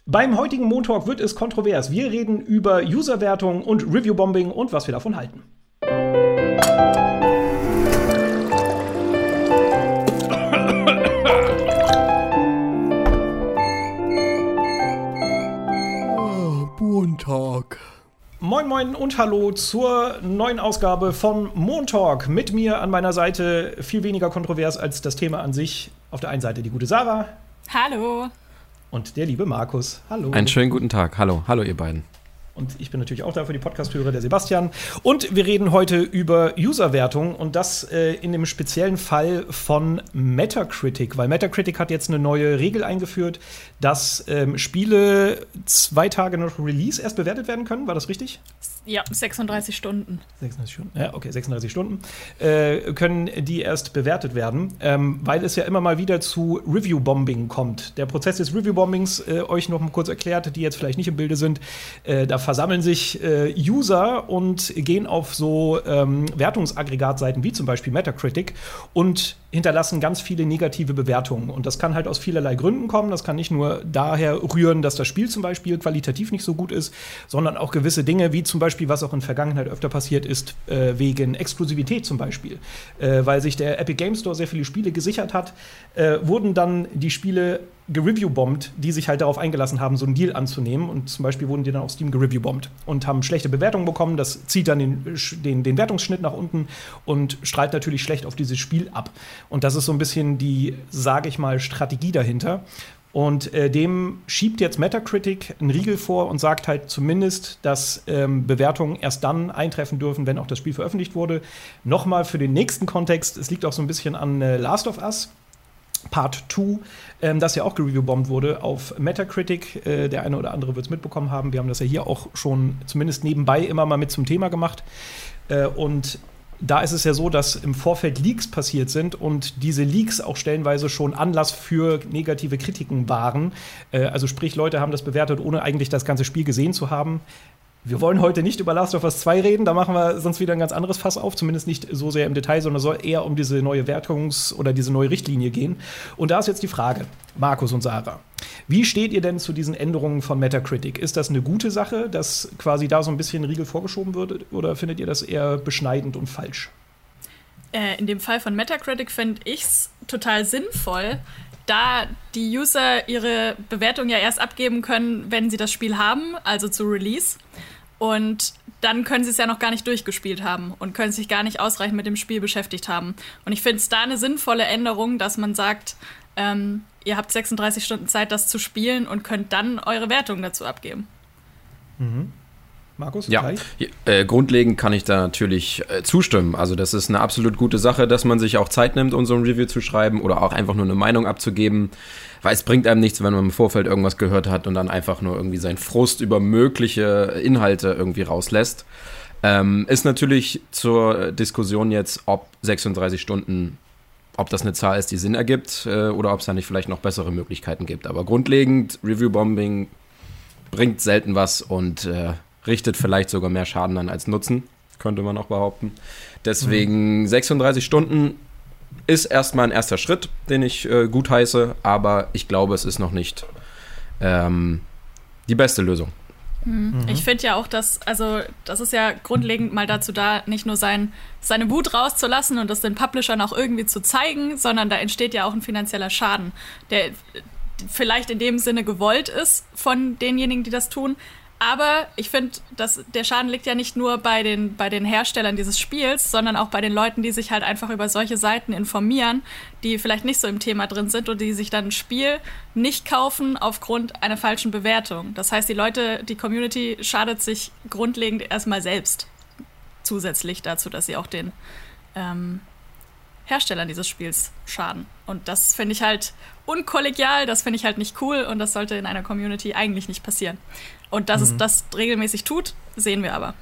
Beim heutigen Montalk wird es kontrovers. Wir reden über Userwertung und Review-Bombing und was wir davon halten. Montalk. Moin moin und hallo zur neuen Ausgabe von Montalk. Mit mir an meiner Seite viel weniger kontrovers als das Thema an sich. Auf der einen Seite die gute Sarah. Hallo. Und der liebe Markus. Hallo. Einen schönen guten Tag. Hallo. Hallo ihr beiden. Und ich bin natürlich auch da für die Podcast-Hörer, der Sebastian. Und wir reden heute über Userwertung und das in dem speziellen Fall von Metacritic. Weil Metacritic hat jetzt eine neue Regel eingeführt, dass Spiele 2 Tage nach Release erst bewertet werden können. War das richtig? Ja, 36 Stunden. 36 Stunden, ja, okay, 36 Stunden können die erst bewertet werden, weil es ja immer mal wieder zu Review-Bombing kommt. Der Prozess des Review-Bombings, euch noch mal kurz erklärt, die jetzt vielleicht nicht im Bilde sind, da versammeln sich User und gehen auf so Wertungsaggregatseiten wie zum Beispiel Metacritic und hinterlassen ganz viele negative Bewertungen. Und das kann halt aus vielerlei Gründen kommen. Das kann nicht nur daher rühren, dass das Spiel zum Beispiel qualitativ nicht so gut ist, sondern auch gewisse Dinge, wie zum Beispiel, was auch in der Vergangenheit öfter passiert ist, wegen Exklusivität zum Beispiel. Weil sich der Epic Games Store sehr viele Spiele gesichert hat, wurden dann die Spiele gereview-bombt, die sich halt darauf eingelassen haben, so einen Deal anzunehmen. Und zum Beispiel wurden die dann auf Steam gereview-bombt und haben schlechte Bewertungen bekommen. Das zieht dann den Wertungsschnitt nach unten und strahlt natürlich schlecht auf dieses Spiel ab. Und das ist so ein bisschen die, sage ich mal, Strategie dahinter. Und dem schiebt jetzt Metacritic einen Riegel vor und sagt halt zumindest, dass Bewertungen erst dann eintreffen dürfen, wenn auch das Spiel veröffentlicht wurde. Nochmal für den nächsten Kontext, es liegt auch so ein bisschen an Last of Us Part 2, das ja auch gereview-bombt wurde auf Metacritic. Der eine oder andere wird es mitbekommen haben. Wir haben das ja hier auch schon zumindest nebenbei immer mal mit zum Thema gemacht. Und da ist es ja so, dass im Vorfeld Leaks passiert sind und diese Leaks auch stellenweise schon Anlass für negative Kritiken waren. Also sprich, Leute haben das bewertet, ohne eigentlich das ganze Spiel gesehen zu haben. Wir wollen heute nicht über Last of Us 2 reden, da machen wir sonst wieder ein ganz anderes Fass auf, zumindest nicht so sehr im Detail, sondern soll eher um diese neue oder diese neue Richtlinie gehen. Und da ist jetzt die Frage, Markus und Sarah, wie steht ihr denn zu diesen Änderungen von Metacritic? Ist das eine gute Sache, dass quasi da so ein bisschen Riegel vorgeschoben wird, oder findet ihr das eher beschneidend und falsch? In dem Fall von Metacritic finde ich es total sinnvoll, da die User ihre Bewertung ja erst abgeben können, wenn sie das Spiel haben, also zu Release. Und dann können sie es ja noch gar nicht durchgespielt haben und können sich gar nicht ausreichend mit dem Spiel beschäftigt haben. Und ich finde es da eine sinnvolle Änderung, dass man sagt, ihr habt 36 Stunden Zeit, das zu spielen und könnt dann eure Wertung dazu abgeben. Mhm. Markus? Ja, grundlegend kann ich da natürlich zustimmen. Also das ist eine absolut gute Sache, dass man sich auch Zeit nimmt, um so ein Review zu schreiben oder auch einfach nur eine Meinung abzugeben. Weil es bringt einem nichts, wenn man im Vorfeld irgendwas gehört hat und dann einfach nur irgendwie seinen Frust über mögliche Inhalte irgendwie rauslässt. Ist natürlich zur Diskussion jetzt, ob 36 Stunden, ob das eine Zahl ist, die Sinn ergibt oder ob es da nicht vielleicht noch bessere Möglichkeiten gibt. Aber grundlegend, Review-Bombing bringt selten was und richtet vielleicht sogar mehr Schaden an als Nutzen, könnte man auch behaupten. Deswegen 36 Stunden ist erstmal ein erster Schritt, den ich gut heiße, aber ich glaube, es ist noch nicht die beste Lösung. Ich finde ja auch, dass, also das ist ja grundlegend mal dazu da, nicht nur seine Wut rauszulassen und das den Publishern auch irgendwie zu zeigen, sondern da entsteht ja auch ein finanzieller Schaden, der vielleicht in dem Sinne gewollt ist von denjenigen, die das tun. Aber ich finde, dass der Schaden liegt ja nicht nur bei den Herstellern dieses Spiels, sondern auch bei den Leuten, die sich halt einfach über solche Seiten informieren, die vielleicht nicht so im Thema drin sind und die sich dann ein Spiel nicht kaufen aufgrund einer falschen Bewertung. Das heißt, die Community schadet sich grundlegend erstmal selbst. Zusätzlich dazu, dass sie auch den Herstellern dieses Spiels schaden. Und das finde ich halt unkollegial, das finde ich halt nicht cool und das sollte in einer Community eigentlich nicht passieren. Und dass es das regelmäßig tut, sehen wir aber.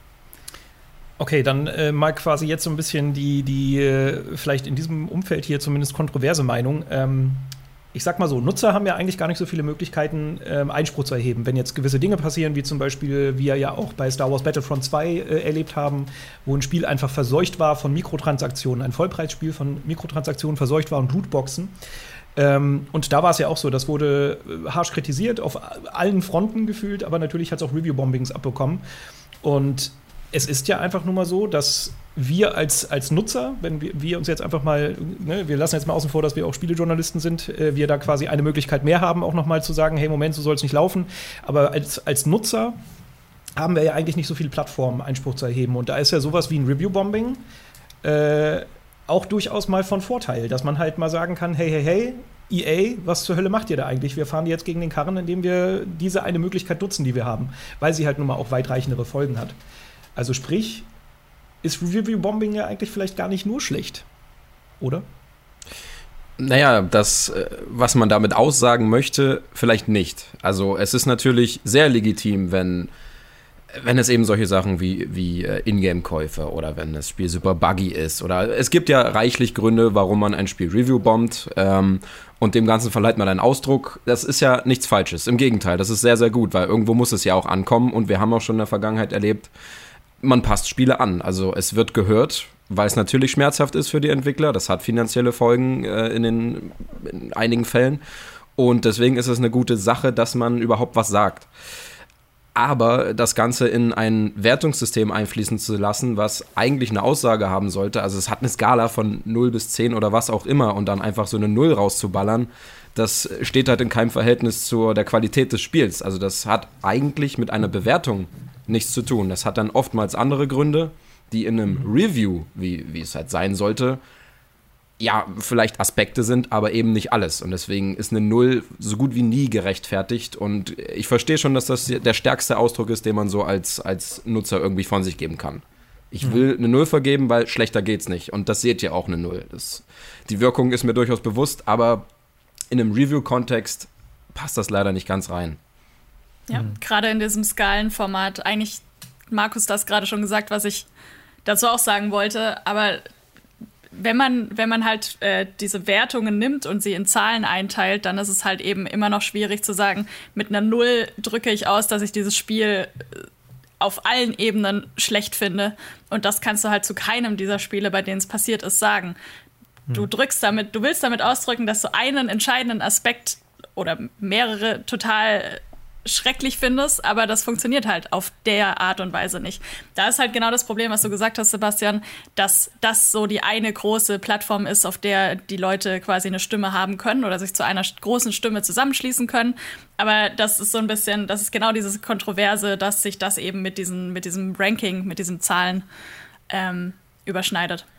Okay, dann mal quasi jetzt so ein bisschen die vielleicht in diesem Umfeld hier zumindest kontroverse Meinung. Ich sag mal so, Nutzer haben ja eigentlich gar nicht so viele Möglichkeiten, Einspruch zu erheben. Wenn jetzt gewisse Dinge passieren, wie zum Beispiel wir ja auch bei Star Wars Battlefront 2 erlebt haben, wo ein Spiel einfach verseucht war von Mikrotransaktionen, ein Vollpreisspiel von Mikrotransaktionen verseucht war und Lootboxen, Und da war es ja auch so, das wurde harsch kritisiert, auf allen Fronten gefühlt, aber natürlich hat es auch Review-Bombings abbekommen. Und es ist ja einfach nur mal so, dass wir als Nutzer, wenn wir uns jetzt einfach mal, ne, wir lassen jetzt mal außen vor, dass wir auch Spielejournalisten sind, wir da quasi eine Möglichkeit mehr haben, auch noch mal zu sagen, hey, Moment, so soll es nicht laufen. Aber als Nutzer haben wir ja eigentlich nicht so viele Plattformen, Einspruch zu erheben. Und da ist ja sowas wie ein Review-Bombing auch durchaus mal von Vorteil, dass man halt mal sagen kann, hey, EA, was zur Hölle macht ihr da eigentlich? Wir fahren jetzt gegen den Karren, indem wir diese eine Möglichkeit nutzen, die wir haben, weil sie halt nun mal auch weitreichendere Folgen hat. Also sprich, ist Review-Bombing ja eigentlich vielleicht gar nicht nur schlecht, oder? Naja, das, was man damit aussagen möchte, vielleicht nicht. Also es ist natürlich sehr legitim, wenn es eben solche Sachen wie Ingame-Käufe oder wenn das Spiel super buggy ist. Oder es gibt ja reichlich Gründe, warum man ein Spiel review-bombt und dem Ganzen verleiht man einen Ausdruck. Das ist ja nichts Falsches. Im Gegenteil, das ist sehr, sehr gut, weil irgendwo muss es ja auch ankommen. Und wir haben auch schon in der Vergangenheit erlebt, man passt Spiele an. Also es wird gehört, weil es natürlich schmerzhaft ist für die Entwickler. Das hat finanzielle Folgen in einigen Fällen. Und deswegen ist es eine gute Sache, dass man überhaupt was sagt. Aber das Ganze in ein Wertungssystem einfließen zu lassen, was eigentlich eine Aussage haben sollte, also es hat eine Skala von 0 bis 10 oder was auch immer und dann einfach so eine 0 rauszuballern, das steht halt in keinem Verhältnis zu der Qualität des Spiels. Also das hat eigentlich mit einer Bewertung nichts zu tun. Das hat dann oftmals andere Gründe, die in einem Review, wie es halt sein sollte, ja, vielleicht Aspekte sind, aber eben nicht alles. Und deswegen ist eine 0 so gut wie nie gerechtfertigt. Und ich verstehe schon, dass das der stärkste Ausdruck ist, den man so als Nutzer irgendwie von sich geben kann. Ich will eine 0 vergeben, weil schlechter geht's nicht. Und das seht ihr auch eine 0. Die Wirkung ist mir durchaus bewusst, aber in einem Review-Kontext passt das leider nicht ganz rein. Ja, gerade in diesem Skalenformat. Eigentlich, Markus, das gerade schon gesagt, was ich dazu auch sagen wollte, aber wenn man halt diese Wertungen nimmt und sie in Zahlen einteilt, dann ist es halt eben immer noch schwierig zu sagen, mit einer 0 drücke ich aus, dass ich dieses Spiel auf allen Ebenen schlecht finde. Und das kannst du halt zu keinem dieser Spiele, bei denen es passiert ist, sagen. Du willst damit ausdrücken, dass du einen entscheidenden Aspekt oder mehrere total schrecklich findest, aber das funktioniert halt auf der Art und Weise nicht. Da ist halt genau das Problem, was du gesagt hast, Sebastian, dass das so die eine große Plattform ist, auf der die Leute quasi eine Stimme haben können oder sich zu einer großen Stimme zusammenschließen können. Aber das ist so ein bisschen, das ist genau diese Kontroverse, dass sich das eben mit diesem Ranking, mit diesen Zahlen überschneidet.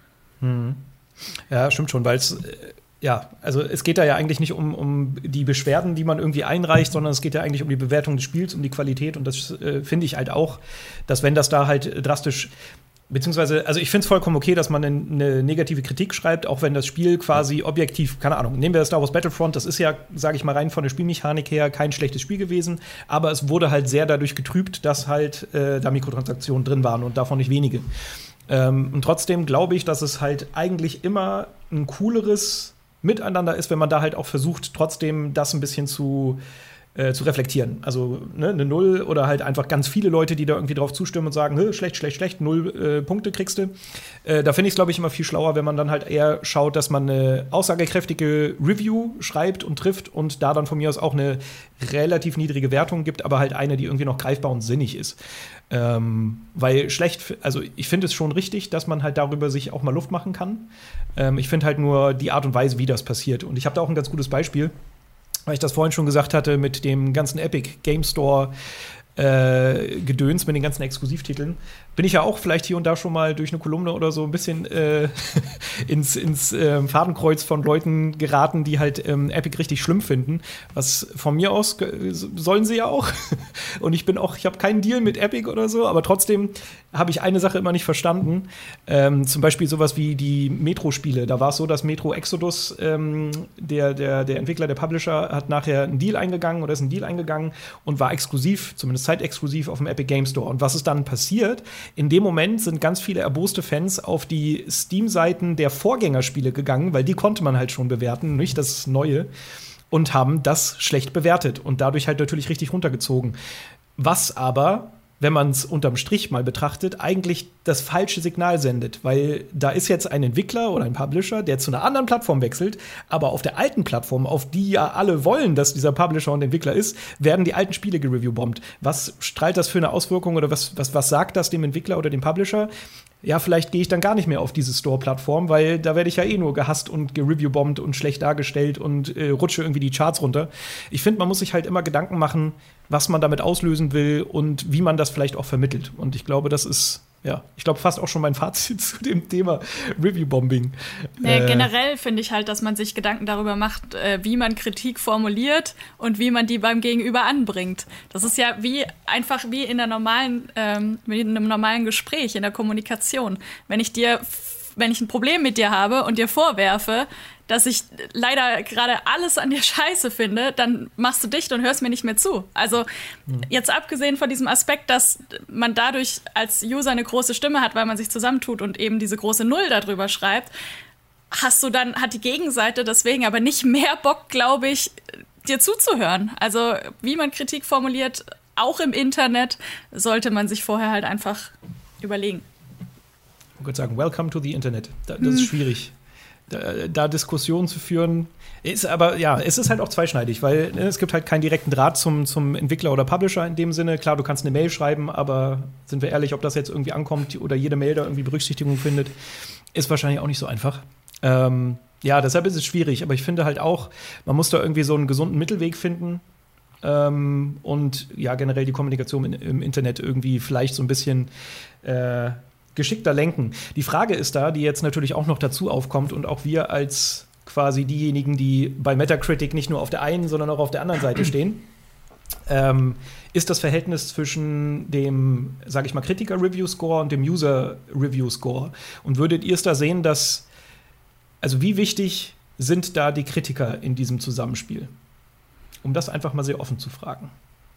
Ja, stimmt schon, weil es ja, also es geht da ja eigentlich nicht um die Beschwerden, die man irgendwie einreicht, sondern es geht ja eigentlich um die Bewertung des Spiels, um die Qualität. Und das finde ich halt auch, dass wenn das da halt drastisch, beziehungsweise, also ich finde es vollkommen okay, dass man eine negative Kritik schreibt, auch wenn das Spiel quasi objektiv, keine Ahnung, nehmen wir Star Wars Battlefront, das ist ja, sage ich mal, rein von der Spielmechanik her kein schlechtes Spiel gewesen, aber es wurde halt sehr dadurch getrübt, dass halt da Mikrotransaktionen drin waren und davon nicht wenige. Und trotzdem glaube ich, dass es halt eigentlich immer ein cooleres Miteinander ist, wenn man da halt auch versucht, trotzdem das ein bisschen zu reflektieren. Also ne, eine 0 oder halt einfach ganz viele Leute, die da irgendwie drauf zustimmen und sagen, schlecht, 0 Punkte kriegst du. Da finde ich es, glaube ich, immer viel schlauer, wenn man dann halt eher schaut, dass man eine aussagekräftige Review schreibt und trifft und da dann von mir aus auch eine relativ niedrige Wertung gibt, aber halt eine, die irgendwie noch greifbar und sinnig ist. Weil also ich finde es schon richtig, dass man halt darüber sich auch mal Luft machen kann. Ich finde halt nur die Art und Weise, wie das passiert. Und ich habe da auch ein ganz gutes Beispiel, weil ich das vorhin schon gesagt hatte mit dem ganzen Epic Game Store Gedöns, mit den ganzen Exklusivtiteln. Bin ich ja auch vielleicht hier und da schon mal durch eine Kolumne oder so ein bisschen ins Fadenkreuz von Leuten geraten, die halt Epic richtig schlimm finden. Was von mir aus sollen sie ja auch. Und ich habe keinen Deal mit Epic oder so, aber trotzdem habe ich eine Sache immer nicht verstanden. Zum Beispiel sowas wie die Metro-Spiele. Da war es so, dass Metro Exodus, der Entwickler, der Publisher, hat nachher einen Deal eingegangen oder ist einen Deal eingegangen und war exklusiv, zumindest zeitexklusiv auf dem Epic Game Store. Und was ist dann passiert? In dem Moment sind ganz viele erboste Fans auf die Steam-Seiten der Vorgängerspiele gegangen, weil die konnte man halt schon bewerten, nicht das Neue, und haben das schlecht bewertet und dadurch halt natürlich richtig runtergezogen. Was aber wenn man es unterm Strich mal betrachtet, eigentlich das falsche Signal sendet. Weil da ist jetzt ein Entwickler oder ein Publisher, der zu einer anderen Plattform wechselt, aber auf der alten Plattform, auf die ja alle wollen, dass dieser Publisher und Entwickler ist, werden die alten Spiele gereviewbombt. Was strahlt das für eine Auswirkung oder was sagt das dem Entwickler oder dem Publisher? Ja, vielleicht gehe ich dann gar nicht mehr auf diese Store-Plattform, weil da werde ich ja eh nur gehasst und gereviewbombt und schlecht dargestellt und rutsche irgendwie die Charts runter. Ich finde, man muss sich halt immer Gedanken machen, was man damit auslösen will und wie man das vielleicht auch vermittelt. Und ich glaube, das ist, fast auch schon mein Fazit zu dem Thema Review-Bombing. Generell finde ich halt, dass man sich Gedanken darüber macht, wie man Kritik formuliert und wie man die beim Gegenüber anbringt. Das ist ja wie in einem normalen Gespräch, in der Kommunikation. Wenn ich ein Problem mit dir habe und dir vorwerfe, dass ich leider gerade alles an dir scheiße finde, dann machst du dicht und hörst mir nicht mehr zu. Also jetzt abgesehen von diesem Aspekt, dass man dadurch als User eine große Stimme hat, weil man sich zusammentut und eben diese große Null darüber schreibt, hat die Gegenseite deswegen aber nicht mehr Bock, glaube ich, dir zuzuhören. Also wie man Kritik formuliert, auch im Internet, sollte man sich vorher halt einfach überlegen. Ich würde sagen, welcome to the Internet. Das ist schwierig. Da Diskussionen zu führen, es ist halt auch zweischneidig, weil es gibt halt keinen direkten Draht zum Entwickler oder Publisher in dem Sinne. Klar, du kannst eine Mail schreiben, aber sind wir ehrlich, ob das jetzt irgendwie ankommt oder jede Mail da irgendwie Berücksichtigung findet, ist wahrscheinlich auch nicht so einfach. Deshalb ist es schwierig, aber ich finde halt auch, man muss da irgendwie so einen gesunden Mittelweg finden und generell die Kommunikation im Internet irgendwie vielleicht so ein bisschen geschickter lenken. Die Frage ist da, die jetzt natürlich auch noch dazu aufkommt und auch wir als quasi diejenigen, die bei Metacritic nicht nur auf der einen, sondern auch auf der anderen Seite stehen, ist das Verhältnis zwischen dem, sage ich mal, Kritiker-Review-Score und dem User-Review-Score. Und würdet ihr es da sehen, wie wichtig sind da die Kritiker in diesem Zusammenspiel? Um das einfach mal sehr offen zu fragen.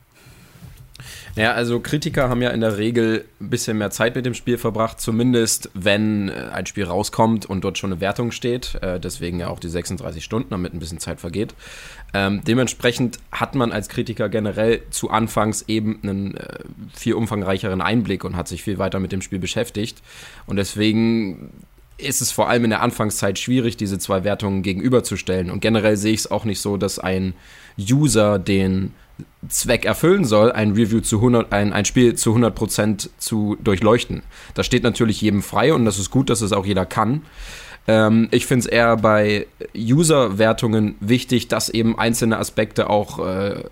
Ja, also Kritiker haben ja in der Regel ein bisschen mehr Zeit mit dem Spiel verbracht, zumindest wenn ein Spiel rauskommt und dort schon eine Wertung steht. Deswegen ja auch die 36 Stunden, damit ein bisschen Zeit vergeht. Dementsprechend hat man als Kritiker generell zu Anfangs eben einen viel umfangreicheren Einblick und hat sich viel weiter mit dem Spiel beschäftigt. Und deswegen ist es vor allem in der Anfangszeit schwierig, diese zwei Wertungen gegenüberzustellen. Und generell sehe ich es auch nicht so, dass ein User den Zweck erfüllen soll, ein Spiel zu 100% zu durchleuchten. Das steht natürlich jedem frei und das ist gut, dass es auch jeder kann. Ich finde es eher bei User-Wertungen wichtig, dass eben einzelne Aspekte auch,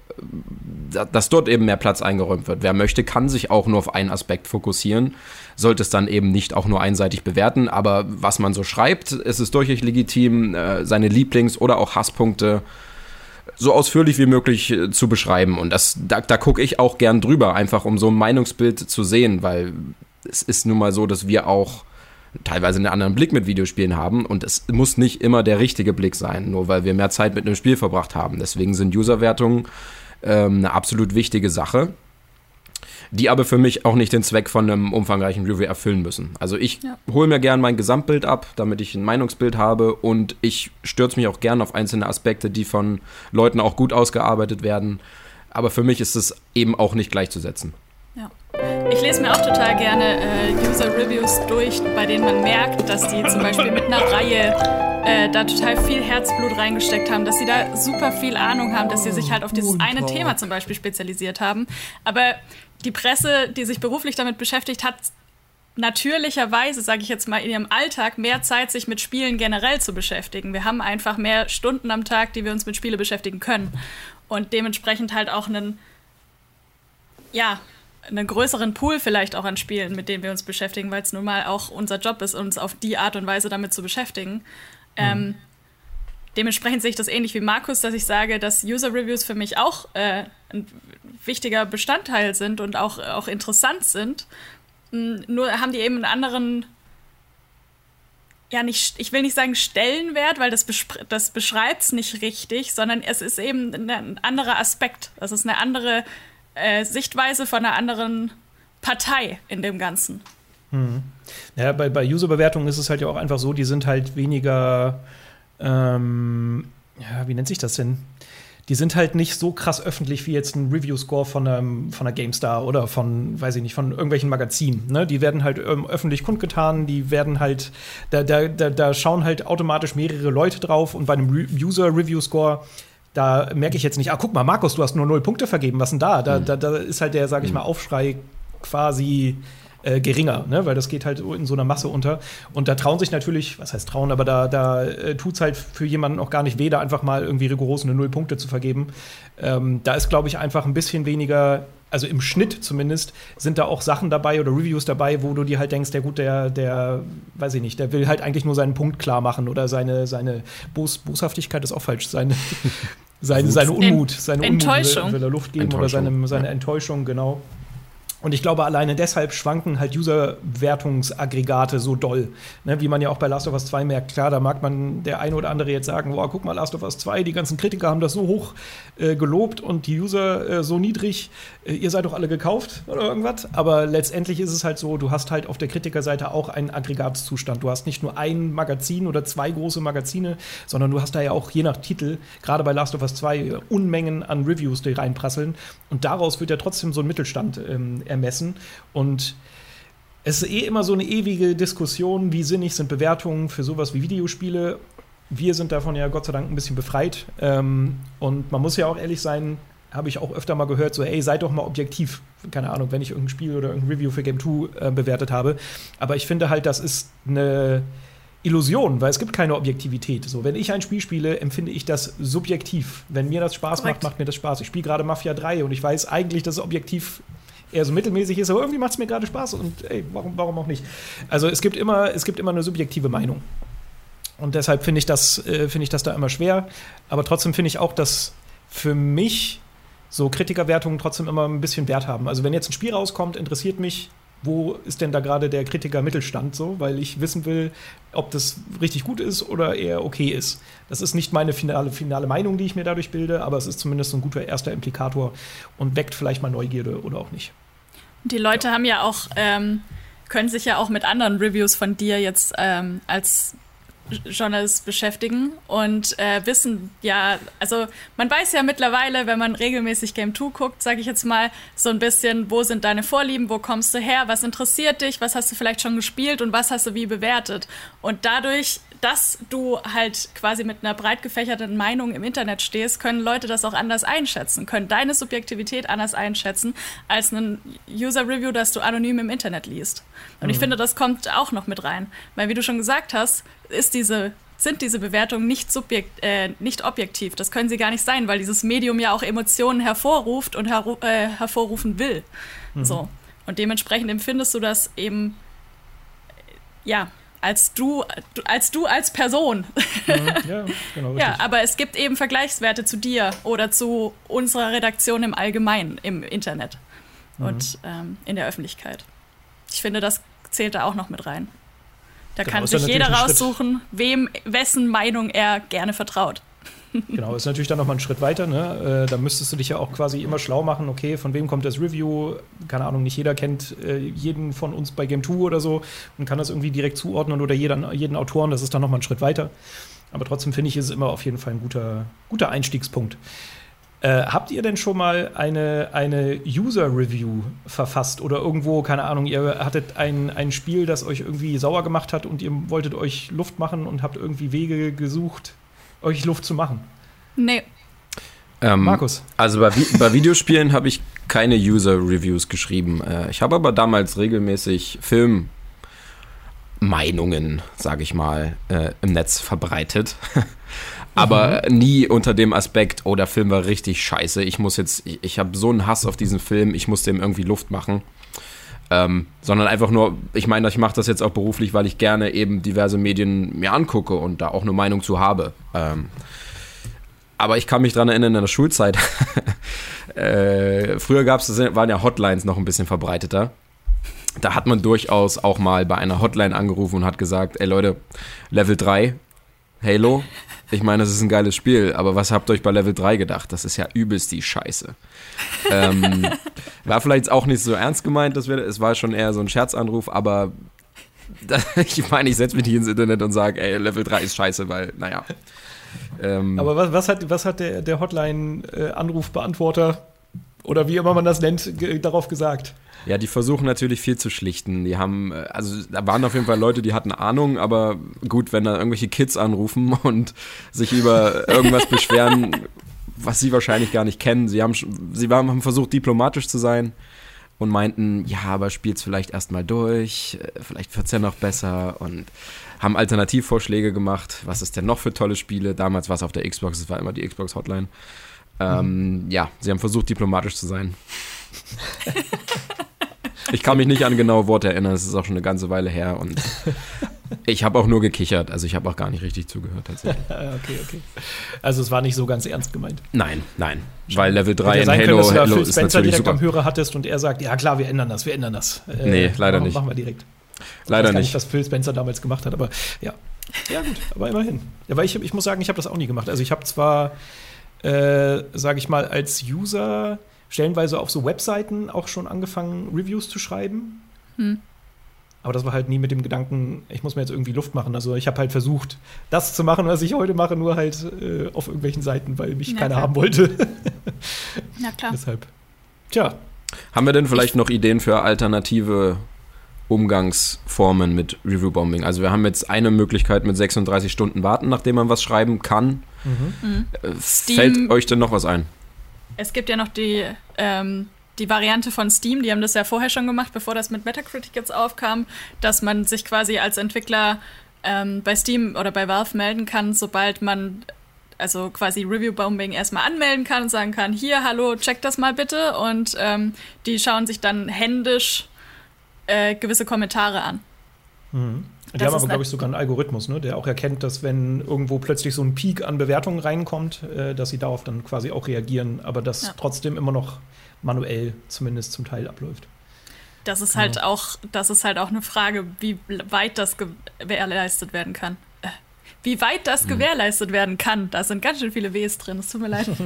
dass dort eben mehr Platz eingeräumt wird. Wer möchte, kann sich auch nur auf einen Aspekt fokussieren, sollte es dann eben nicht auch nur einseitig bewerten, aber was man so schreibt, es ist durchaus legitim, seine Lieblings- oder auch Hasspunkte so ausführlich wie möglich zu beschreiben. Und da gucke ich auch gern drüber, einfach um so ein Meinungsbild zu sehen, weil es ist nun mal so, dass wir auch teilweise einen anderen Blick mit Videospielen haben und es muss nicht immer der richtige Blick sein, nur weil wir mehr Zeit mit einem Spiel verbracht haben. Deswegen sind Userwertungen eine absolut wichtige Sache, die aber für mich auch nicht den Zweck von einem umfangreichen Review erfüllen müssen. Also ich hole mir gern mein Gesamtbild ab, damit ich ein Meinungsbild habe und ich stürze mich auch gern auf einzelne Aspekte, die von Leuten auch gut ausgearbeitet werden. Aber für mich ist es eben auch nicht gleichzusetzen. Ja. Ich lese mir auch total gerne User-Reviews durch, bei denen man merkt, dass die zum Beispiel mit einer Reihe da total viel Herzblut reingesteckt haben, dass sie da super viel Ahnung haben, dass sie sich halt auf dieses eine Thema zum Beispiel spezialisiert haben. Aber die Presse, die sich beruflich damit beschäftigt, hat natürlicherweise, sage ich jetzt mal, in ihrem Alltag mehr Zeit, sich mit Spielen generell zu beschäftigen. Wir haben einfach mehr Stunden am Tag, die wir uns mit Spiele beschäftigen können. Und dementsprechend halt auch einen größeren Pool vielleicht auch an Spielen, mit denen wir uns beschäftigen, weil es nun mal auch unser Job ist, uns auf die Art und Weise damit zu beschäftigen. Dementsprechend sehe ich das ähnlich wie Markus, dass ich sage, dass User-Reviews für mich auch ein wichtiger Bestandteil sind und auch interessant sind. Nur haben die eben einen anderen, ich will nicht sagen Stellenwert, weil das beschreibt es nicht richtig, sondern es ist eben ein anderer Aspekt. Das ist eine andere Sichtweise von einer anderen Partei in dem Ganzen. Ja, bei User-Bewertungen ist es halt ja auch einfach so, die sind halt weniger, wie nennt sich das denn? die sind halt nicht so krass öffentlich wie jetzt ein Review-Score von einer GameStar oder von, weiß ich nicht, von irgendwelchen Magazinen. Ne? Die werden halt öffentlich kundgetan, die werden halt, da schauen halt automatisch mehrere Leute drauf und bei einem User-Review-Score da merke ich jetzt nicht, guck mal, Markus, du hast nur 0 Punkte vergeben, was denn da? Da ist halt der, sag ich mal, Aufschrei quasi geringer, ne? Weil das geht halt in so einer Masse unter. Und da trauen sich natürlich, was heißt trauen, aber da tut's halt für jemanden auch gar nicht weh, da einfach mal irgendwie rigoros 0 Punkte zu vergeben. Da ist, glaube ich, einfach ein bisschen weniger, also im Schnitt zumindest, sind da auch Sachen dabei oder Reviews dabei, wo du dir halt denkst, der weiß ich nicht, der will halt eigentlich nur seinen Punkt klar machen oder seine Boshaftigkeit ist auch falsch, seine Unmut, Enttäuschung. Will er Luft geben oder seine Enttäuschung, genau. Und ich glaube, alleine deshalb schwanken halt User-Wertungsaggregate so doll. Ne, wie man ja auch bei Last of Us 2 merkt. Klar, da mag man der eine oder andere jetzt sagen, boah, guck mal, Last of Us 2, die ganzen Kritiker haben das so hoch gelobt und die User so niedrig. Ihr seid doch alle gekauft oder irgendwas. Aber letztendlich ist es halt so, du hast halt auf der Kritikerseite auch einen Aggregatzustand. Du hast nicht nur ein Magazin oder 2 große Magazine, sondern du hast da ja auch je nach Titel, gerade bei Last of Us 2, Unmengen an Reviews, die reinprasseln. Und daraus wird ja trotzdem so ein Mittelstand ermessen. Und es ist immer so eine ewige Diskussion, wie sinnig sind Bewertungen für sowas wie Videospiele. Wir sind davon ja Gott sei Dank ein bisschen befreit. Und man muss ja auch ehrlich sein, habe ich auch öfter mal gehört, so, ey, seid doch mal objektiv. Keine Ahnung, wenn ich irgendein Spiel oder irgendein Review für Game 2 bewertet habe. Aber ich finde halt, das ist eine Illusion, weil es gibt keine Objektivität. So, wenn ich ein Spiel spiele, empfinde ich das subjektiv. Wenn mir das Spaß macht, macht mir das Spaß. Ich spiele gerade Mafia 3 und ich weiß eigentlich, dass es objektiv eher so mittelmäßig ist, aber irgendwie macht es mir gerade Spaß und ey, warum auch nicht? Also es gibt immer eine subjektive Meinung. Und deshalb finde ich das da immer schwer. Aber trotzdem finde ich auch, dass für mich so Kritikerwertungen trotzdem immer ein bisschen Wert haben. Also wenn jetzt ein Spiel rauskommt, interessiert mich, wo ist denn da gerade der Kritiker-Mittelstand so, weil ich wissen will, ob das richtig gut ist oder eher okay ist. Das ist nicht meine finale Meinung, die ich mir dadurch bilde, aber es ist zumindest so ein guter erster Implikator und weckt vielleicht mal Neugierde oder auch nicht. Die Leute haben ja auch, können sich ja auch mit anderen Reviews von dir jetzt als Journalist beschäftigen und wissen ja, also man weiß ja mittlerweile, wenn man regelmäßig Game 2 guckt, sage ich jetzt mal, so ein bisschen, wo sind deine Vorlieben, wo kommst du her, was interessiert dich, was hast du vielleicht schon gespielt und was hast du wie bewertet. Und dadurch, dass du halt quasi mit einer breit gefächerten Meinung im Internet stehst, können Leute das auch anders einschätzen, können deine Subjektivität anders einschätzen als ein User-Review, das du anonym im Internet liest. Und ich finde, das kommt auch noch mit rein. Weil, wie du schon gesagt hast, sind diese Bewertungen nicht objektiv. Das können sie gar nicht sein, weil dieses Medium ja auch Emotionen hervorruft und hervorrufen will. So. Und dementsprechend empfindest du das eben, ja, als du als Person. Ja, genau. Ja, aber es gibt eben Vergleichswerte zu dir oder zu unserer Redaktion im Allgemeinen im Internet und in der Öffentlichkeit. Ich finde, das zählt da auch noch mit rein. Da kann sich jeder raussuchen, wessen Meinung er gerne vertraut. Genau, ist natürlich dann noch mal ein Schritt weiter. Ne? Da müsstest du dich ja auch quasi immer schlau machen, okay, von wem kommt das Review? Keine Ahnung, nicht jeder kennt jeden von uns bei Game 2 oder so und kann das irgendwie direkt zuordnen oder jeden Autoren, das ist dann noch mal ein Schritt weiter. Aber trotzdem finde ich, ist es immer auf jeden Fall ein guter Einstiegspunkt. Habt ihr denn schon mal eine User-Review verfasst oder irgendwo, keine Ahnung, ihr hattet ein Spiel, das euch irgendwie sauer gemacht hat und ihr wolltet euch Luft machen und habt irgendwie Wege gesucht, euch Luft zu machen? Nee. Markus? Also bei Videospielen habe ich keine User-Reviews geschrieben. Ich habe aber damals regelmäßig Filmmeinungen, sage ich mal, im Netz verbreitet. Aber nie unter dem Aspekt, oh, der Film war richtig scheiße, ich habe so einen Hass auf diesen Film, ich muss dem irgendwie Luft machen. Sondern einfach nur, ich meine, ich mache das jetzt auch beruflich, weil ich gerne eben diverse Medien mir angucke und da auch eine Meinung zu habe. Aber ich kann mich dran erinnern, in der Schulzeit, früher waren ja Hotlines noch ein bisschen verbreiteter. Da hat man durchaus auch mal bei einer Hotline angerufen und hat gesagt, ey Leute, Level 3, Halo, ich meine, das ist ein geiles Spiel, aber was habt ihr euch bei Level 3 gedacht? Das ist ja übelst die Scheiße. War vielleicht auch nicht so ernst gemeint, es war schon eher so ein Scherzanruf, aber ich meine, ich setze mich nicht ins Internet und sage, ey, Level 3 ist scheiße, weil, naja. Aber was hat der Hotline-Anrufbeantworter oder wie immer man das nennt, darauf gesagt? Ja, die versuchen natürlich viel zu schlichten. Die haben, also da waren auf jeden Fall Leute, die hatten Ahnung, aber gut, wenn da irgendwelche Kids anrufen und sich über irgendwas beschweren, was sie wahrscheinlich gar nicht kennen. Sie haben versucht, diplomatisch zu sein und meinten, ja, aber spielt's vielleicht erstmal durch, vielleicht wird's ja noch besser und haben Alternativvorschläge gemacht. Was ist denn noch für tolle Spiele? Damals war es auf der Xbox, es war immer die Xbox Hotline. Ja, sie haben versucht, diplomatisch zu sein. Ich kann mich nicht an genaue Worte erinnern, es ist auch schon eine ganze Weile her und ich habe auch nur gekichert, also ich habe auch gar nicht richtig zugehört tatsächlich. Okay. Also es war nicht so ganz ernst gemeint. Nein, weil Level 3 in Halo ist natürlich direkt super. Am Hörer hattest und er sagt, ja klar, wir ändern das. Nee, leider nicht. Machen wir direkt. Leider ich weiß nicht. was Phil Spencer damals gemacht hat, aber ja. Ja gut, aber immerhin. Ja, weil ich muss sagen, ich habe das auch nie gemacht. Also ich habe zwar, sage ich mal, als User stellenweise auf so Webseiten auch schon angefangen, Reviews zu schreiben. Aber das war halt nie mit dem Gedanken, ich muss mir jetzt irgendwie Luft machen. Also ich habe halt versucht, das zu machen, was ich heute mache, nur halt auf irgendwelchen Seiten, weil mich keiner haben wollte. Na klar. Deshalb. Tja. Haben wir denn vielleicht noch Ideen für alternative Umgangsformen mit Review-Bombing? Also wir haben jetzt eine Möglichkeit mit 36 Stunden warten, nachdem man was schreiben kann. Fällt euch denn noch was ein? Es gibt ja noch die Variante von Steam, die haben das ja vorher schon gemacht, bevor das mit Metacritic jetzt aufkam, dass man sich quasi als Entwickler bei Steam oder bei Valve melden kann, sobald man also quasi Review-Bombing erstmal anmelden kann und sagen kann, hier, hallo, check das mal bitte und die schauen sich dann händisch gewisse Kommentare an. Die haben aber, glaube ich, sogar einen Algorithmus, ne, der auch erkennt, dass wenn irgendwo plötzlich so ein Peak an Bewertungen reinkommt, dass sie darauf dann quasi auch reagieren, aber das trotzdem immer noch manuell zumindest zum Teil abläuft. Das ist halt auch eine Frage, wie weit das gewährleistet werden kann. Wie weit das gewährleistet werden kann, da sind ganz schön viele Ws drin, es tut mir leid.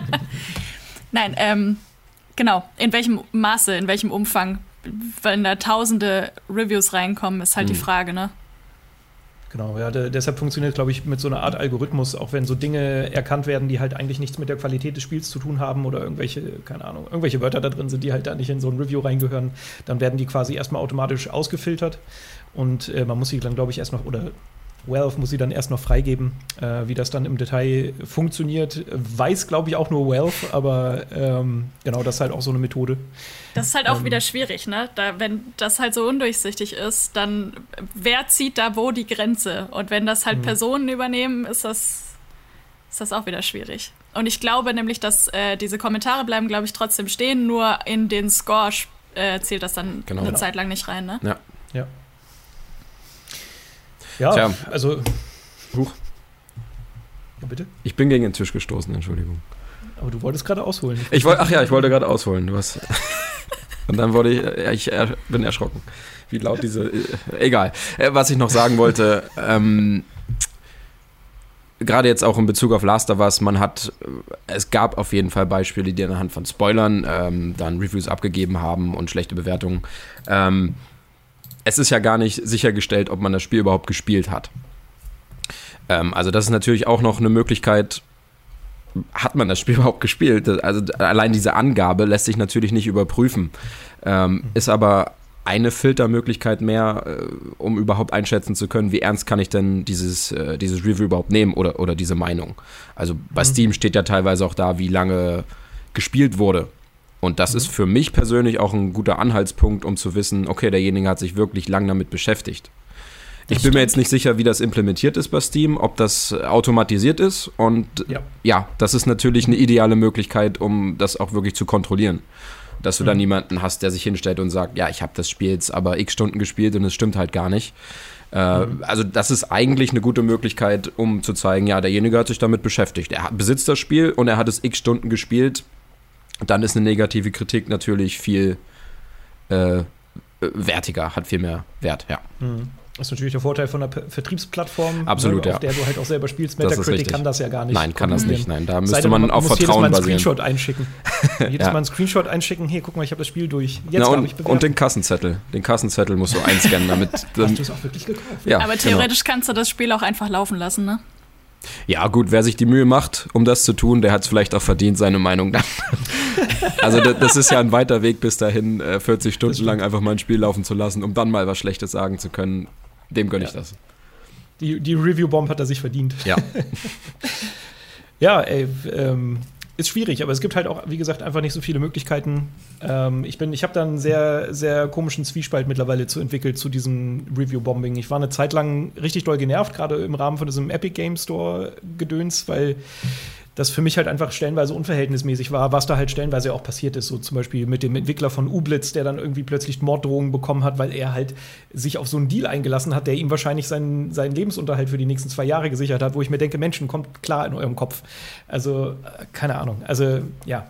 Nein, genau, in welchem Maße, in welchem Umfang, wenn da tausende Reviews reinkommen, ist halt die Frage, ne? Genau, ja, deshalb funktioniert, glaube ich, mit so einer Art Algorithmus, auch wenn so Dinge erkannt werden, die halt eigentlich nichts mit der Qualität des Spiels zu tun haben oder irgendwelche Wörter da drin sind, die halt da nicht in so ein Review reingehören, dann werden die quasi erstmal automatisch ausgefiltert und man muss sie dann, glaube ich, erst noch, oder Valve muss sie dann erst noch freigeben. Wie das dann im Detail funktioniert, weiß, glaube ich, auch nur Valve, aber genau, das ist halt auch so eine Methode. Das ist halt auch wieder schwierig, ne? Wenn das halt so undurchsichtig ist, dann wer zieht da wo die Grenze? Und wenn das halt Personen übernehmen, ist das auch wieder schwierig. Und ich glaube nämlich, dass diese Kommentare bleiben, glaube ich, trotzdem stehen, nur in den Score zählt das dann eine Zeit lang nicht rein, ne? Ja. Ja, tja. Also. Huch. Ja, bitte? Ich bin gegen den Tisch gestoßen, Entschuldigung. Aber du wolltest gerade ausholen. Ich wollte gerade ausholen. Du hast. Und dann ich bin erschrocken. Wie laut diese. Egal. Was ich noch sagen wollte, gerade jetzt auch in Bezug auf Last of Us, es gab auf jeden Fall Beispiele, die anhand von Spoilern dann Reviews abgegeben haben und schlechte Bewertungen. Es ist ja gar nicht sichergestellt, ob man das Spiel überhaupt gespielt hat. Also das ist natürlich auch noch eine Möglichkeit, hat man das Spiel überhaupt gespielt? Also allein diese Angabe lässt sich natürlich nicht überprüfen. Ist aber eine Filtermöglichkeit mehr, um überhaupt einschätzen zu können, wie ernst kann ich denn dieses Review überhaupt nehmen oder diese Meinung. Also bei Steam steht ja teilweise auch da, wie lange gespielt wurde. Und das ist für mich persönlich auch ein guter Anhaltspunkt, um zu wissen, okay, derjenige hat sich wirklich lang damit beschäftigt. Ich bin mir jetzt nicht sicher, wie das implementiert ist bei Steam, ob das automatisiert ist. Und ja, das ist natürlich eine ideale Möglichkeit, um das auch wirklich zu kontrollieren. Dass du dann niemanden hast, der sich hinstellt und sagt, ja, ich habe das Spiel jetzt aber x Stunden gespielt und es stimmt halt gar nicht. Also das ist eigentlich eine gute Möglichkeit, um zu zeigen, ja, derjenige hat sich damit beschäftigt. Er besitzt das Spiel und er hat es x Stunden gespielt. Dann ist eine negative Kritik natürlich viel wertiger, hat viel mehr Wert, ja. Das ist natürlich der Vorteil von einer Vertriebsplattform, absolut, auf der du halt auch selber spielst. Metacritic kann das ja gar nicht. Nein, kann das nicht. Nein, da müsste man auf Vertrauen basieren. Screenshot einschicken. Jedes Mal einen Screenshot einschicken. Hier, guck mal, ich habe das Spiel durch. Jetzt habe ich bewertet. Und den Kassenzettel. Den Kassenzettel musst du einscannen, damit. Hast du es auch wirklich gekauft? Ja, aber theoretisch kannst du das Spiel auch einfach laufen lassen, ne? Ja, gut, wer sich die Mühe macht, um das zu tun, der hat es vielleicht auch verdient, seine Meinung dann. Also das ist ja ein weiter Weg bis dahin, 40 Stunden lang einfach mal ein Spiel laufen zu lassen, um dann mal was Schlechtes sagen zu können. Dem gönne ich das. Die Review-Bomb hat er sich verdient. Ja. Ja, ey, ist schwierig, aber es gibt halt auch, wie gesagt, einfach nicht so viele Möglichkeiten. Ich habe da einen sehr, sehr komischen Zwiespalt mittlerweile entwickelt zu diesem Review-Bombing. Ich war eine Zeit lang richtig doll genervt, gerade im Rahmen von diesem Epic Game Store-Gedöns, weil das für mich halt einfach stellenweise unverhältnismäßig war, was da halt stellenweise auch passiert ist. So zum Beispiel mit dem Entwickler von Ublitz, der dann irgendwie plötzlich Morddrohungen bekommen hat, weil er halt sich auf so einen Deal eingelassen hat, der ihm wahrscheinlich seinen Lebensunterhalt für die nächsten 2 Jahre gesichert hat, wo ich mir denke, Menschen, kommt klar in eurem Kopf. Also, keine Ahnung. Also, ja.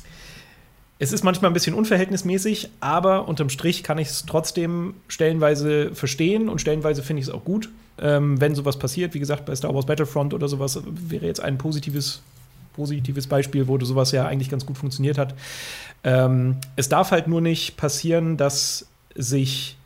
Es ist manchmal ein bisschen unverhältnismäßig, aber unterm Strich kann ich es trotzdem stellenweise verstehen und stellenweise finde ich es auch gut, wenn sowas passiert. Wie gesagt, bei Star Wars Battlefront oder sowas wäre jetzt ein positives Beispiel, wo sowas ja eigentlich ganz gut funktioniert hat. Es darf halt nur nicht passieren, dass sich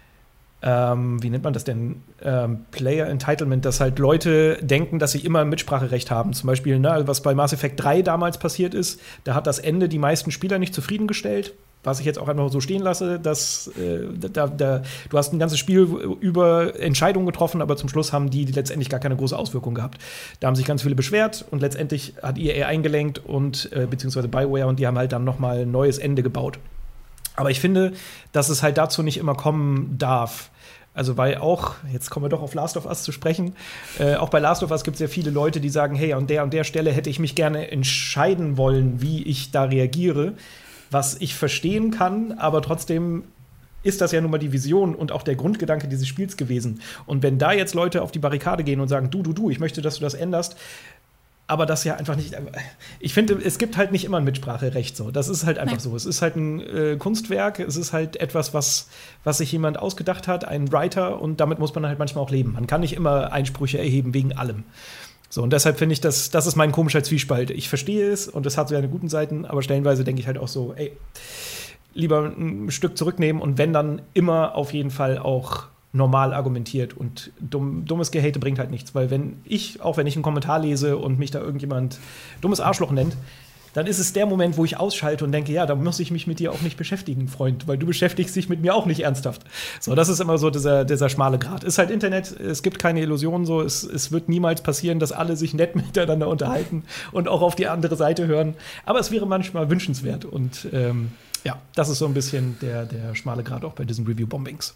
wie nennt man das denn? Player Entitlement, dass halt Leute denken, dass sie immer Mitspracherecht haben. Zum Beispiel, ne, was bei Mass Effect 3 damals passiert ist, da hat das Ende die meisten Spieler nicht zufriedengestellt. Was ich jetzt auch einfach so stehen lasse, dass du hast ein ganzes Spiel über Entscheidungen getroffen, aber zum Schluss haben die letztendlich gar keine große Auswirkung gehabt. Da haben sich ganz viele beschwert und letztendlich hat EA eingelenkt und beziehungsweise BioWare und die haben halt dann nochmal ein neues Ende gebaut. Aber ich finde, dass es halt dazu nicht immer kommen darf. Also weil auch, jetzt kommen wir doch auf Last of Us zu sprechen, auch bei Last of Us gibt es ja viele Leute, die sagen, hey, an der Stelle hätte ich mich gerne entscheiden wollen, wie ich da reagiere, was ich verstehen kann, aber trotzdem ist das ja nun mal die Vision und auch der Grundgedanke dieses Spiels gewesen. Und wenn da jetzt Leute auf die Barrikade gehen und sagen, du, ich möchte, dass du das änderst, aber das ja einfach nicht. Ich finde, es gibt halt nicht immer ein Mitspracherecht so. Das ist halt einfach so. Es ist halt ein Kunstwerk, es ist halt etwas, was sich jemand ausgedacht hat, ein Writer, und damit muss man halt manchmal auch leben. Man kann nicht immer Einsprüche erheben wegen allem. So, und deshalb finde ich, das ist mein komischer Zwiespalt. Ich verstehe es und es hat seine guten Seiten, aber stellenweise denke ich halt auch so, ey, lieber ein Stück zurücknehmen und wenn dann immer auf jeden Fall auch normal argumentiert und dummes Gehate bringt halt nichts, weil wenn ich einen Kommentar lese und mich da irgendjemand dummes Arschloch nennt, dann ist es der Moment, wo ich ausschalte und denke, ja, da muss ich mich mit dir auch nicht beschäftigen, Freund, weil du beschäftigst dich mit mir auch nicht ernsthaft. So, das ist immer so dieser schmale Grat. Ist halt Internet, es gibt keine Illusionen so, es wird niemals passieren, dass alle sich nett miteinander unterhalten und auch auf die andere Seite hören, aber es wäre manchmal wünschenswert und ja, das ist so ein bisschen der schmale Grat auch bei diesen Review-Bombings.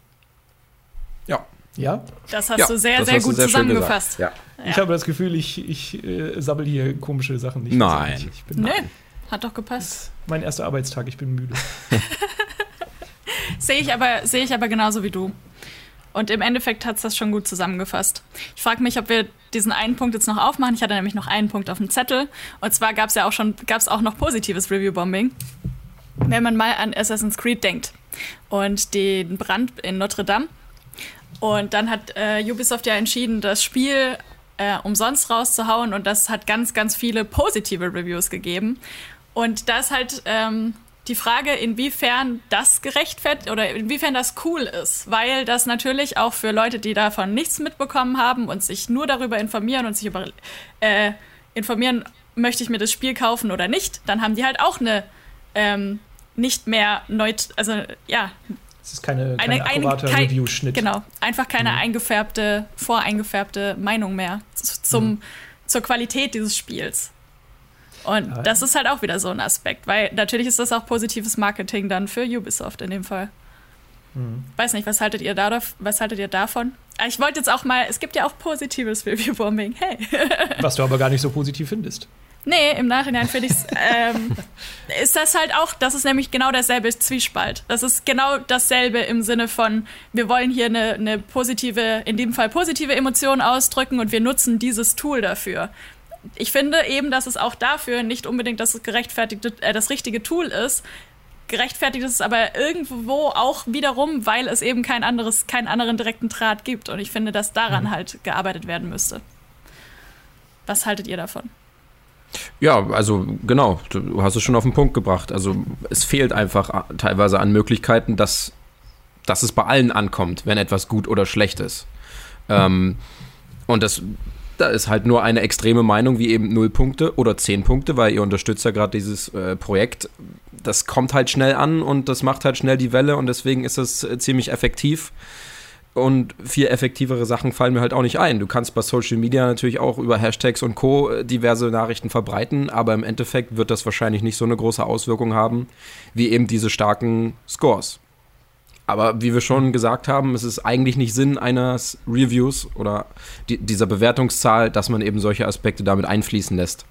Ja. Ja? Das hast du sehr, sehr gut zusammengefasst. Ja. Ich habe das Gefühl, ich sammle hier komische Sachen nicht. Nein. Hat doch gepasst. Mein erster Arbeitstag, ich bin müde. Sehe ich aber genauso wie du. Und im Endeffekt hat es das schon gut zusammengefasst. Ich frage mich, ob wir diesen einen Punkt jetzt noch aufmachen. Ich hatte nämlich noch einen Punkt auf dem Zettel. Und zwar gab es auch noch positives Review-Bombing. Wenn man mal an Assassin's Creed denkt und den Brand in Notre Dame. Und dann hat Ubisoft ja entschieden, das Spiel umsonst rauszuhauen. Und das hat ganz, ganz viele positive Reviews gegeben. Und da ist halt die Frage, inwiefern das gerechtfertigt oder inwiefern das cool ist. Weil das natürlich auch für Leute, die davon nichts mitbekommen haben und sich nur darüber informieren und sich informieren, möchte ich mir das Spiel kaufen oder nicht, dann haben die halt auch eine nicht mehr es ist keine akkurate Review-Schnitt. Genau, einfach keine voreingefärbte Meinung mehr zur Qualität dieses Spiels. Und das ist halt auch wieder so ein Aspekt, weil natürlich ist das auch positives Marketing dann für Ubisoft in dem Fall. Weiß nicht, was haltet ihr davon? Ich wollte jetzt auch mal, es gibt ja auch positives Review-Bombing, hey. Was du aber gar nicht so positiv findest. Nee, im Nachhinein finde ich ist das halt auch, das ist nämlich genau derselbe Zwiespalt. Das ist genau dasselbe im Sinne von, wir wollen hier eine positive, in dem Fall positive Emotion ausdrücken und wir nutzen dieses Tool dafür. Ich finde eben, dass es auch dafür nicht unbedingt das richtige Tool ist. Gerechtfertigt ist es aber irgendwo auch wiederum, weil es eben keinen anderen direkten Draht gibt. Und ich finde, dass daran halt gearbeitet werden müsste. Was haltet ihr davon? Ja, also genau, du hast es schon auf den Punkt gebracht. Also es fehlt einfach teilweise an Möglichkeiten, dass es bei allen ankommt, wenn etwas gut oder schlecht ist. Und das Da ist halt nur eine extreme Meinung wie eben 0 Punkte oder 10 Punkte, weil ihr unterstützt ja gerade dieses Projekt. Das kommt halt schnell an und das macht halt schnell die Welle und deswegen ist es ziemlich effektiv. Und viel effektivere Sachen fallen mir halt auch nicht ein. Du kannst bei Social Media natürlich auch über Hashtags und Co. diverse Nachrichten verbreiten, aber im Endeffekt wird das wahrscheinlich nicht so eine große Auswirkung haben, wie eben diese starken Scores. Aber wie wir schon gesagt haben, es ist eigentlich nicht Sinn eines Reviews oder dieser Bewertungszahl, dass man eben solche Aspekte damit einfließen lässt.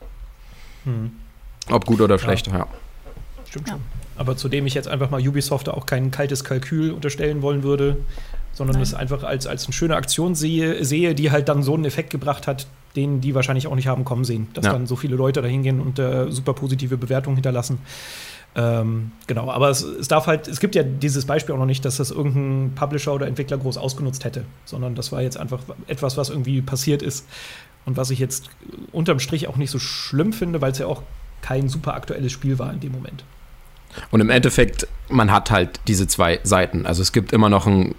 Ob gut oder schlecht, ja. Stimmt schon. Aber zudem ich jetzt einfach mal Ubisoft auch kein kaltes Kalkül unterstellen wollen würde, sondern es einfach als eine schöne Aktion sehe, die halt dann so einen Effekt gebracht hat, den die wahrscheinlich auch nicht haben kommen sehen. Dass dann so viele Leute da hingehen und super positive Bewertungen hinterlassen. Genau, aber es gibt ja dieses Beispiel auch noch nicht, dass das irgendein Publisher oder Entwickler groß ausgenutzt hätte, sondern das war jetzt einfach etwas, was irgendwie passiert ist und was ich jetzt unterm Strich auch nicht so schlimm finde, weil es ja auch kein super aktuelles Spiel war in dem Moment. Und im Endeffekt, man hat halt diese 2 Seiten. Also es gibt immer noch eine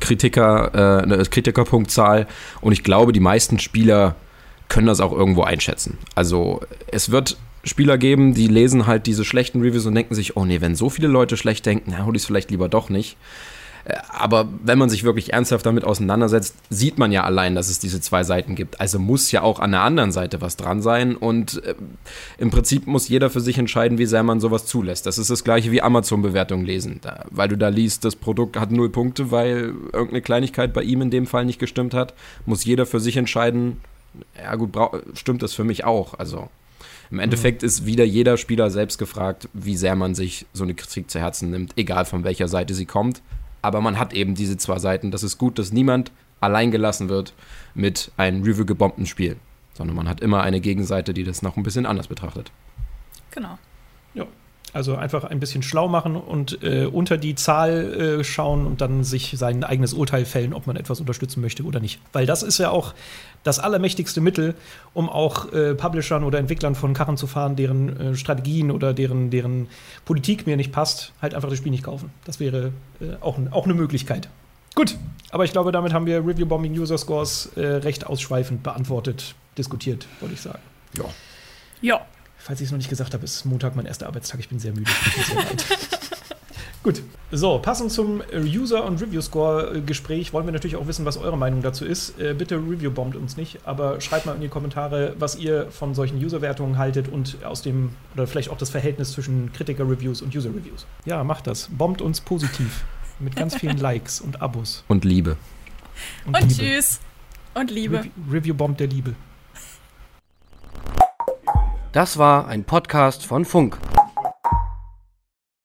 Kritikerpunktzahl und ich glaube, die meisten Spieler können das auch irgendwo einschätzen. Also es wird Spieler geben, die lesen halt diese schlechten Reviews und denken sich, oh nee, wenn so viele Leute schlecht denken, dann hol ich es vielleicht lieber doch nicht. Aber wenn man sich wirklich ernsthaft damit auseinandersetzt, sieht man ja allein, dass es diese 2 Seiten gibt. Also muss ja auch an der anderen Seite was dran sein. Und im Prinzip muss jeder für sich entscheiden, wie sehr man sowas zulässt. Das ist das Gleiche wie Amazon-Bewertungen lesen. Weil du da liest, das Produkt hat 0 Punkte, weil irgendeine Kleinigkeit bei ihm in dem Fall nicht gestimmt hat, muss jeder für sich entscheiden, ja gut, stimmt das für mich auch. Also im Endeffekt ist wieder jeder Spieler selbst gefragt, wie sehr man sich so eine Kritik zu Herzen nimmt, egal von welcher Seite sie kommt. Aber man hat eben diese 2 Seiten. Das ist gut, dass niemand allein gelassen wird mit einem Review-gebombten Spiel. Sondern man hat immer eine Gegenseite, die das noch ein bisschen anders betrachtet. Genau. Ja, also einfach ein bisschen schlau machen und unter die Zahl schauen und dann sich sein eigenes Urteil fällen, ob man etwas unterstützen möchte oder nicht. Weil das ist ja auch das allermächtigste Mittel, um auch Publishern oder Entwicklern von Karren zu fahren, deren Strategien oder deren Politik mir nicht passt, halt einfach das Spiel nicht kaufen. Das wäre auch eine Möglichkeit. Gut, aber ich glaube, damit haben wir Review-Bombing User Scores recht ausschweifend beantwortet, diskutiert, wollte ich sagen. Ja. Falls ich es noch nicht gesagt habe, ist Montag mein erster Arbeitstag. Ich bin sehr müde. Ich bin sehr leid. Gut. So, passend zum User- und Review-Score-Gespräch wollen wir natürlich auch wissen, was eure Meinung dazu ist. Bitte review-bombt uns nicht, aber schreibt mal in die Kommentare, was ihr von solchen User-Wertungen haltet und oder vielleicht auch das Verhältnis zwischen Kritiker-Reviews und User-Reviews. Ja, macht das. Bombt uns positiv. Mit ganz vielen Likes und Abos. Und Liebe. Und Liebe. Tschüss. Und Liebe. Review-bombt der Liebe. Das war ein Podcast von Funk.